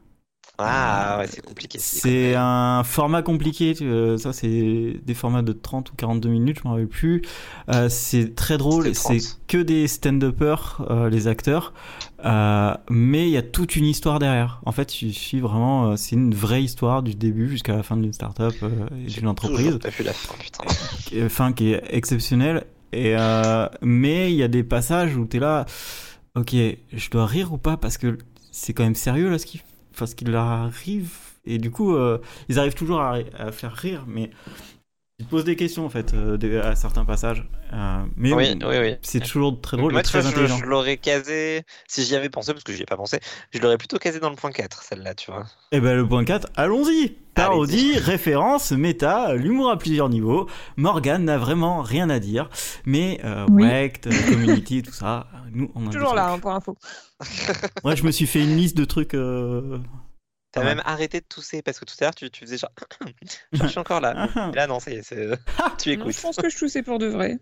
Ah ouais, c'est compliqué. C'est un format compliqué, ça c'est des formats de 30 ou 42 minutes, je m'en rappelle plus. C'est très drôle, c'est 30. que des stand-uppers, les acteurs, mais il y a toute une histoire derrière. En fait, tu suis vraiment, c'est une vraie histoire du début jusqu'à la fin d'une start-up et J'ai d'une entreprise. toujours pas vu la fin, putain. Enfin, qui est exceptionnelle. Et mais il y a des passages où t'es là, ok, je dois rire ou pas parce que c'est quand même sérieux là ce qu'il leur arrive. Et du coup, ils arrivent toujours à faire rire, mais ils te posent des questions en fait à certains passages. Mais Oui, oui. c'est toujours très drôle Moi, et tu vois, très intelligent. je l'aurais casé, si j'y avais pensé, parce que j'y ai pas pensé, je l'aurais plutôt casé dans le point 4, celle-là, tu vois. Et ben le point 4, allons-y. Parodie, référence, méta, l'humour à plusieurs niveaux. Morgane n'a vraiment rien à dire, mais Oui. Wrecked, Community, tout ça, nous on a Toujours des là, trucs. hein, pour info. Ouais, je me suis fait une liste de trucs. T'as pas mal. même arrêté de tousser, parce que tout à l'heure, tu faisais genre, je suis encore là. Et là, non, ça y est, tu Non, écoutes. je pense que je toussais pour de vrai.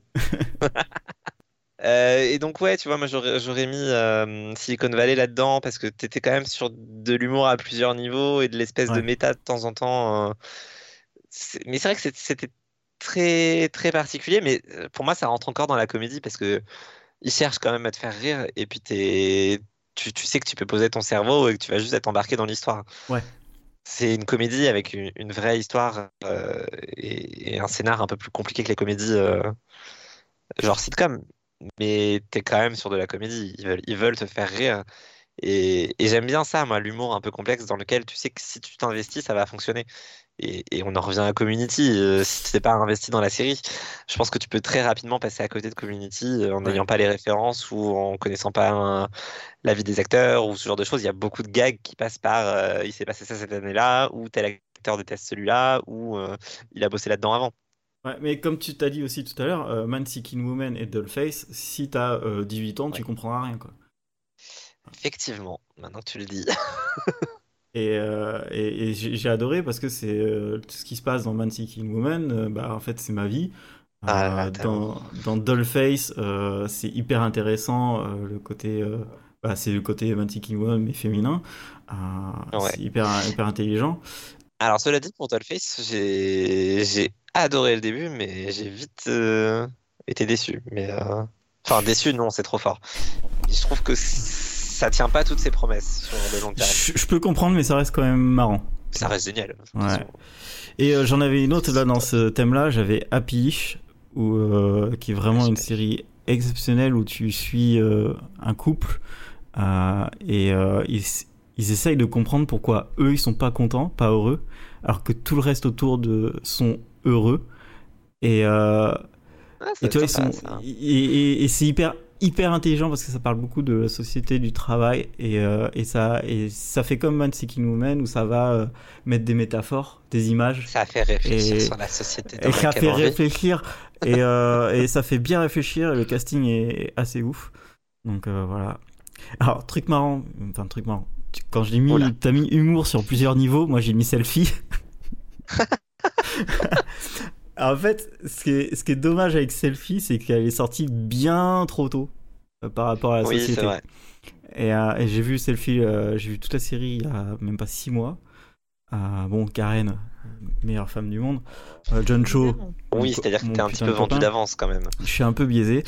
Et donc, ouais, tu vois, moi, j'aurais mis Silicon Valley là-dedans, parce que t'étais quand même sur de l'humour à plusieurs niveaux et de l'espèce de Ouais. méta de temps en temps. Mais c'est vrai que c'était très, très particulier, mais pour moi, ça rentre encore dans la comédie, parce que il cherche quand même à te faire rire et puis tu sais que tu peux poser ton cerveau et que tu vas juste être embarqué dans l'histoire. Ouais. C'est une comédie avec une vraie histoire et un scénar un peu plus compliqué que les comédies genre sitcom. Mais t'es quand même sur de la comédie. Ils veulent te faire rire. Et j'aime bien ça, moi, l'humour un peu complexe dans lequel tu sais que si tu t'investis, ça va fonctionner. Et on en revient à Community. Si tu t'es pas investi dans la série, je pense que tu peux très rapidement passer à côté de Community en Ouais. n'ayant pas les références ou en connaissant pas la vie des acteurs ou ce genre de choses. Il y a beaucoup de gags qui passent par il s'est passé ça cette année-là, ou tel acteur déteste celui-là, ou il a bossé là-dedans avant. Ouais, mais comme tu t'as dit aussi tout à l'heure, Man Seeking Woman et Dollface, si t'as 18 ans, tu Ouais. comprendras rien, quoi. Effectivement, maintenant que tu le dis. Et j'ai adoré parce que c'est tout ce qui se passe dans Man Seeking Woman, bah, en fait, c'est ma vie. Ah là là, tellement. Dans Dollface, c'est hyper intéressant, le côté. Bah, c'est le côté Man Seeking Woman, mais féminin. Ouais. C'est hyper intelligent. Alors, cela dit, pour Dollface, j'ai adoré le début, mais j'ai vite été déçu. Enfin, déçu, non, c'est trop fort. Je trouve que ça tient pas toutes ses promesses sur le long terme. Je peux comprendre, mais ça reste quand même marrant. Ça reste génial. Ouais. Et j'en avais une autre là dans ce thème-là, j'avais Happy-ish, qui est vraiment une série exceptionnelle où tu suis un couple et ils essayent de comprendre pourquoi eux ils sont pas contents, pas heureux, alors que tout le reste autour de sont heureux. Et Ah, et tu vois, sympa, ça. et c'est hyper hyper intelligent parce que ça parle beaucoup de la société du travail et ça fait comme Man Seeking Woman où ça va mettre des métaphores, des images. Ça fait réfléchir sur la société dans et ça laquelle fait on vit. réfléchir et ça fait bien réfléchir et le casting est assez ouf. Donc voilà. Alors truc marrant. Quand je l'ai mis, Oula. t'as mis humour sur plusieurs niveaux. Moi j'ai mis selfie. En fait, ce qui est dommage avec Selfie, c'est qu'elle est sortie bien trop tôt par rapport à la Oui, société. c'est vrai. Et j'ai vu Selfie, j'ai vu toute la série il y a même pas 6 mois. Bon, Karen, meilleure femme du monde. John Cho, Évidemment. Oui, c'est-à-dire que mon t'es un putain petit de peu vendu copain. d'avance quand même. Je suis un peu biaisé,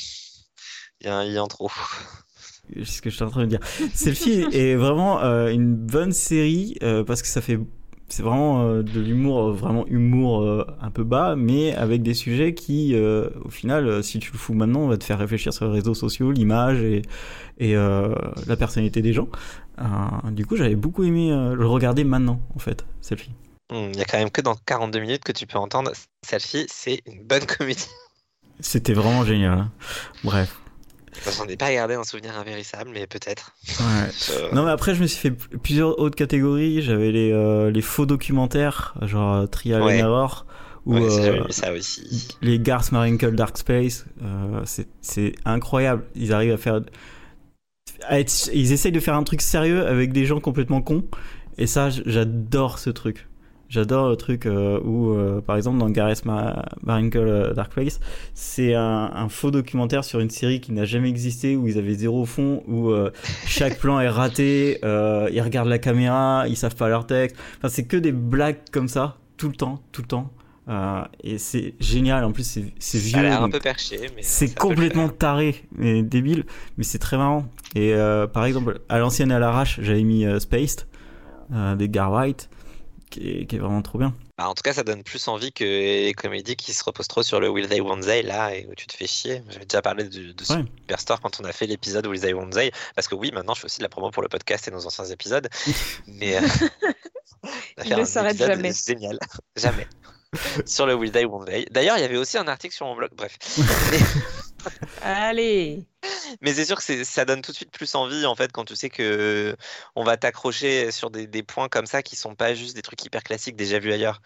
Il y a un trop. c'est ce que je suis en train de dire. Selfie est vraiment une bonne série parce que c'est vraiment de l'humour, vraiment humour un peu bas, mais avec des sujets qui, au final, si tu le fous maintenant, on va te faire réfléchir sur les réseaux sociaux, l'image et la personnalité des gens. Du coup, j'avais beaucoup aimé le regarder maintenant, en fait, Selfie. Il y a quand même que dans 42 minutes que tu peux entendre Selfie, c'est une bonne comédie. C'était vraiment génial. Hein. Bref. J'en ai pas gardé un souvenir invérissable, mais peut-être. Ouais. Non, mais après, je me suis fait plusieurs autres catégories. J'avais les faux documentaires, genre Trial and Ouais. Error, ou Ouais, j'avais mis ça aussi. les Garth Marenghi Dark Space. C'est incroyable. Ils arrivent à faire. Ils essayent de faire un truc sérieux avec des gens complètement cons. Et ça, j'adore ce truc. J'adore le truc où, par exemple, dans Gareth Marenghi Dark Place, c'est un faux documentaire sur une série qui n'a jamais existé, où ils avaient zéro fond, où chaque plan est raté, ils regardent la caméra, ils savent pas leur texte. Enfin, c'est que des blagues comme ça, tout le temps. Et c'est génial. En plus, c'est vieux. Ça a l'air un donc peu perché, mais c'est ça peut le complètement faire. taré et débile, mais c'est très marrant. Et par exemple, à l'ancienne et à l'arrache, j'avais mis Spaced, d'Edgar Wright, qui est vraiment trop bien. Bah, en tout cas, ça donne plus envie que les comédies qui se reposent trop sur le Will They Won't They là et où tu te fais chier. J'avais déjà parlé de Ouais. Superstore quand on a fait l'épisode Will They Won't They, parce que oui, maintenant je fais aussi de la promo pour le podcast et nos anciens épisodes, mais on va Il faire ne un s'arrête épisode jamais. génial, jamais, sur le Will They Won't They. D'ailleurs, il y avait aussi un article sur mon blog, bref. Allez. Mais c'est sûr que ça donne tout de suite plus envie en fait quand tu sais que on va t'accrocher sur des points comme ça qui sont pas juste des trucs hyper classiques déjà vus ailleurs.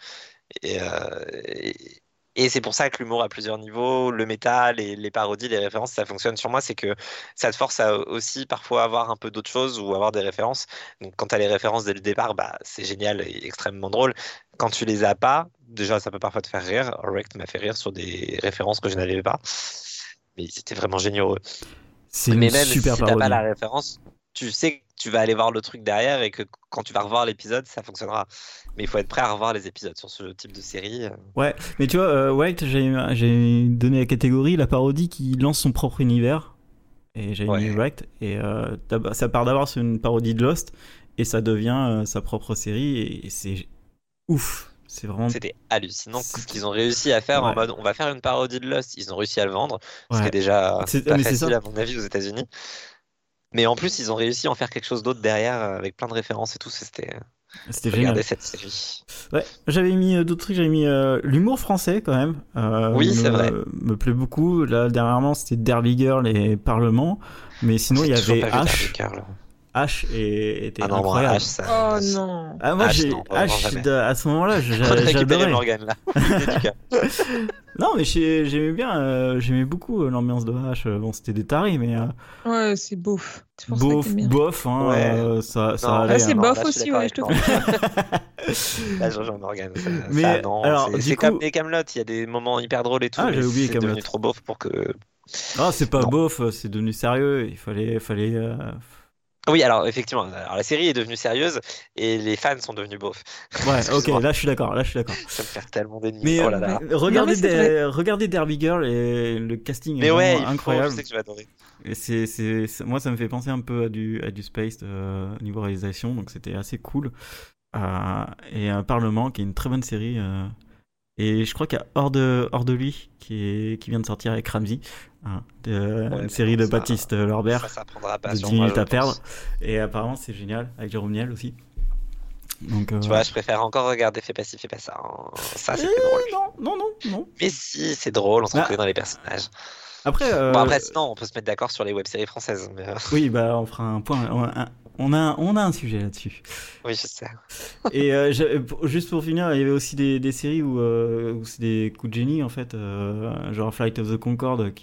Et c'est pour ça que l'humour à plusieurs niveaux, le méta, les parodies, les références, ça fonctionne sur moi. C'est que ça te force à aussi parfois avoir un peu d'autres choses ou avoir des références. Donc quand tu as les références dès le départ, bah, c'est génial et extrêmement drôle. Quand tu les as pas, déjà ça peut parfois te faire rire. Orect m'a fait rire sur des références que je n'avais pas. Mais c'était vraiment génial. C'est une Mais même super si t'as pas parodie. la référence, tu sais que tu vas aller voir le truc derrière et que quand tu vas revoir l'épisode, ça fonctionnera. Mais il faut être prêt à revoir les épisodes sur ce type de série. Ouais, mais tu vois, White, j'ai donné la catégorie la parodie qui lance son propre univers. Et j'ai mis Ouais. Wrecked. Et ça part d'abord sur une parodie de Lost. Et ça devient sa propre série. Et c'est ouf. C'est vraiment. C'était hallucinant ce C'est- qu'ils ont réussi à faire en Ouais. mode on va faire une parodie de Lost. Ils ont réussi à le vendre, ce qui Ouais. est déjà pas Mais c'est facile ça. à mon avis aux États-Unis. Mais en plus, ils ont réussi à en faire quelque chose d'autre derrière avec plein de références et tout. C'était C'était regarder génial. cette série. Ouais, j'avais mis d'autres trucs, j'avais mis l'humour français quand même. Oui, c'est vrai. Me plaît beaucoup. Là, dernièrement, c'était Derby Girl et Parlement. Mais sinon, il y J'ai toujours avait pas vu H. Derby Girl. H était Ah non, moi, incroyable. H, ça. Oh non. Ah, moi, H, non, vraiment jamais. à ce moment-là, On a récupéré j'adorais. Morgane là. L'idée du cas. Non, mais j'aimais bien, j'aimais beaucoup l'ambiance de H. Bon, c'était des taris, mais Ouais, c'est beauf. C'est pour ça que bof, t'aimes bien. bof, hein, Ouais. ça Non, allait. Ah, c'est hein. bof là, je suis aussi, d'accord ouais, avec je te toi. comprends. Là, Jean Morgan, Mais, ça, non, alors, c'est du c'est coup- comme les Camelot, il y a des moments hyper drôles et tout, Ah, mais j'avais oublié c'est Kaamelott. devenu trop beauf pour que. Ah, c'est pas Non. bof, c'est devenu sérieux. Il fallait. Oui, alors effectivement, alors, la série est devenue sérieuse et les fans sont devenus beaufs. Ouais, ok, Excuse-moi. là je suis d'accord. Ça me fait tellement d'ennemis. Mais, Oh là là. regardez, Non, mais c'est vrai. regardez Derby Girl et le casting est Mais ouais, vraiment il faut, incroyable. je sais que je vais adorer. Et moi, ça me fait penser un peu à du Space niveau réalisation, donc c'était assez cool. Et un Parlement qui est une très bonne série. Et je crois qu'il y a Hors de lui qui vient de sortir avec Ramsey, hein, Ouais, une série de ça- Baptiste Lorbert Ça prendra pas de sur 10 moi, minutes je à perdre. pense. Et apparemment, c'est génial avec Jérôme Niel aussi. Donc, Tu vois, je préfère encore regarder Fais pas ci, fais pas ça. Ça, c'était drôle. non. Mais si, c'est drôle, on se Ah. reconnaît dans les personnages. Après, Bon, après, sinon, on peut se mettre d'accord sur les web-séries françaises. Mais, oui, bah on fera un point. On a un sujet là-dessus. oui, je sais. Et juste pour finir, il y avait aussi des séries où c'est des coups de génie en fait, genre Flight of the Concorde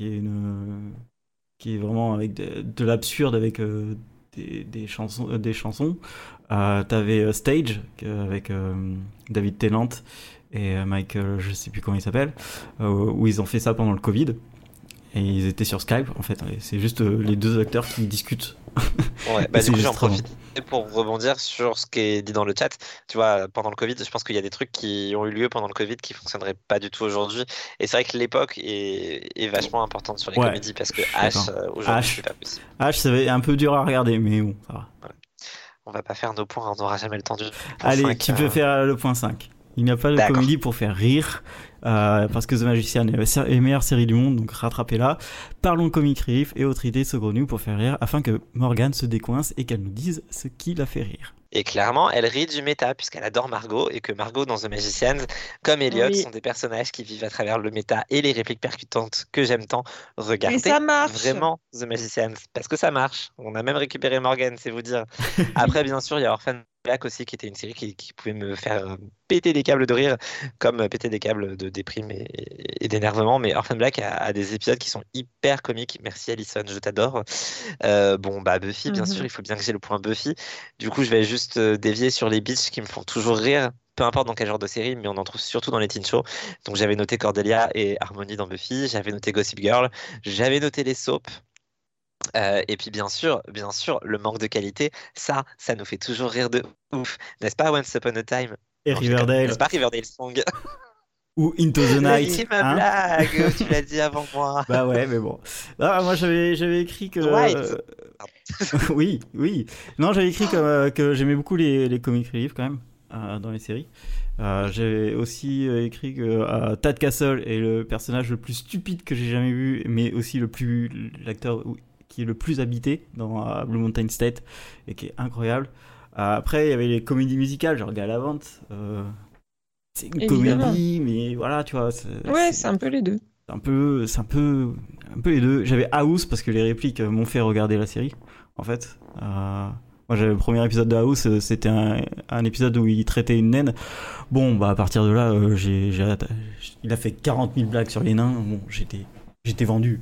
qui est vraiment avec de l'absurde avec des chansons. T'avais Stage avec David Tennant et Michael, je sais plus comment il s'appelle, où ils ont fait ça pendant le Covid. Et ils étaient sur Skype en fait. Et c'est juste les deux acteurs qui discutent. Ouais, bah du coup, j'en profite pour rebondir sur ce qui est dit dans le chat. Tu vois, pendant le Covid, je pense qu'il y a des trucs qui ont eu lieu pendant le Covid qui fonctionneraient pas du tout aujourd'hui. Et c'est vrai que l'époque est vachement importante sur les comédies parce que H, aujourd'hui, c'est pas possible. H, c'est un peu dur à regarder, mais bon, ça va. Voilà. On va pas faire nos points, on n'aura jamais le temps du point Allez, 5, tu peux faire le point 5. Il n'y a pas de comédie pour faire rire, parce que The Magician est la meilleure série du monde, donc rattrapez-la. Parlons comic relief et autres idées saugrenues pour faire rire, afin que Morgane se décoince et qu'elle nous dise ce qui la fait rire. Et clairement, elle rit du méta, puisqu'elle adore Margot, et que Margot, dans The Magicians, comme Elliot, sont des personnages qui vivent à travers le méta et les répliques percutantes que j'aime tant. Regardez ça marche. vraiment The Magicians, parce que ça marche. On a même récupéré Morgan, c'est vous dire. Après, bien sûr, il y a Orphan Black aussi, qui était une série qui pouvait me faire péter des câbles de rire, comme péter des câbles de déprime et d'énervement. Mais Orphan Black a des épisodes qui sont hyper comiques. Merci Alison, je t'adore. Bon, bah Buffy, bien sûr, il faut bien que j'ai le point Buffy. Du coup, je vais juste dévier sur les bitches qui me font toujours rire, peu importe dans quel genre de série, mais on en trouve surtout dans les teen shows. Donc j'avais noté Cordelia et Harmony dans Buffy, j'avais noté Gossip Girl, j'avais noté les soaps. Et puis bien sûr, le manque de qualité, ça nous fait toujours rire de ouf, n'est-ce pas Once Upon a Time? Et Riverdale. N'est-ce pas Riverdale Song? Ou Into the Night. C'est ma blague, tu l'as dit avant moi. Bah ouais, mais bon. Ah, moi j'avais écrit que. oui. Non, j'avais écrit que j'aimais beaucoup les comic relief quand même dans les séries. J'ai aussi écrit que Tad Castle est le personnage le plus stupide que j'ai jamais vu, mais aussi l'acteur qui est le plus habité dans Blue Mountain State et qui est incroyable. Après, il y avait les comédies musicales, genre Galavant. C'est une comédie, mais voilà, tu vois. C'est un peu les deux. C'est un peu les deux. J'avais House parce que les répliques m'ont fait regarder la série, en fait. Moi, j'avais le premier épisode de House, c'était un épisode où il traitait une naine. Bon, bah à partir de là, il a fait 40 000 blagues sur les nains. Bon, j'étais vendu.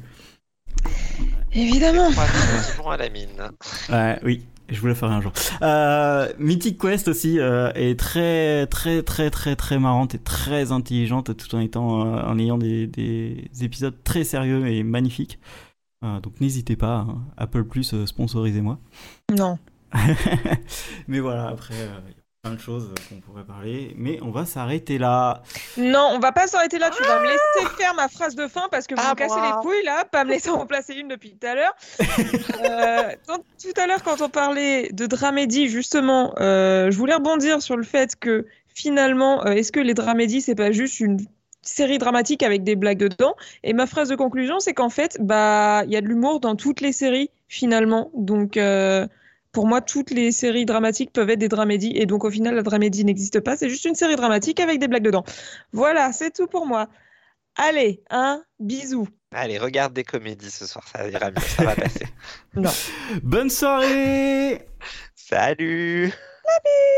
Évidemment. Bon à la mine. Oui. Je voulais faire un jour. Mythic Quest aussi est très très très très très marrante et très intelligente tout en ayant des épisodes très sérieux et magnifiques. Donc n'hésitez pas, hein. Apple Plus, sponsorisez-moi. Non. Mais voilà, après il y a plein de choses qu'on pourrait parler, mais on va s'arrêter là. Non, on va pas s'arrêter là. Tu vas me laisser faire ma phrase de fin parce que vous me cassez les couilles là, pas me laisser en placer une depuis tout à l'heure. Tout à l'heure, quand on parlait de dramédie, justement, je voulais rebondir sur le fait que finalement, est-ce que les dramédies, c'est pas juste une série dramatique avec des blagues dedans? Et ma phrase de conclusion, c'est qu'en fait, bah, il y a de l'humour dans toutes les séries finalement. Donc pour moi, toutes les séries dramatiques peuvent être des dramédies. Et donc, au final, la dramédie n'existe pas. C'est juste une série dramatique avec des blagues dedans. Voilà, c'est tout pour moi. Allez, bisous. Allez, regarde des comédies ce soir, ça ira mieux, ça va passer. Non. Bonne soirée. Salut. Salut.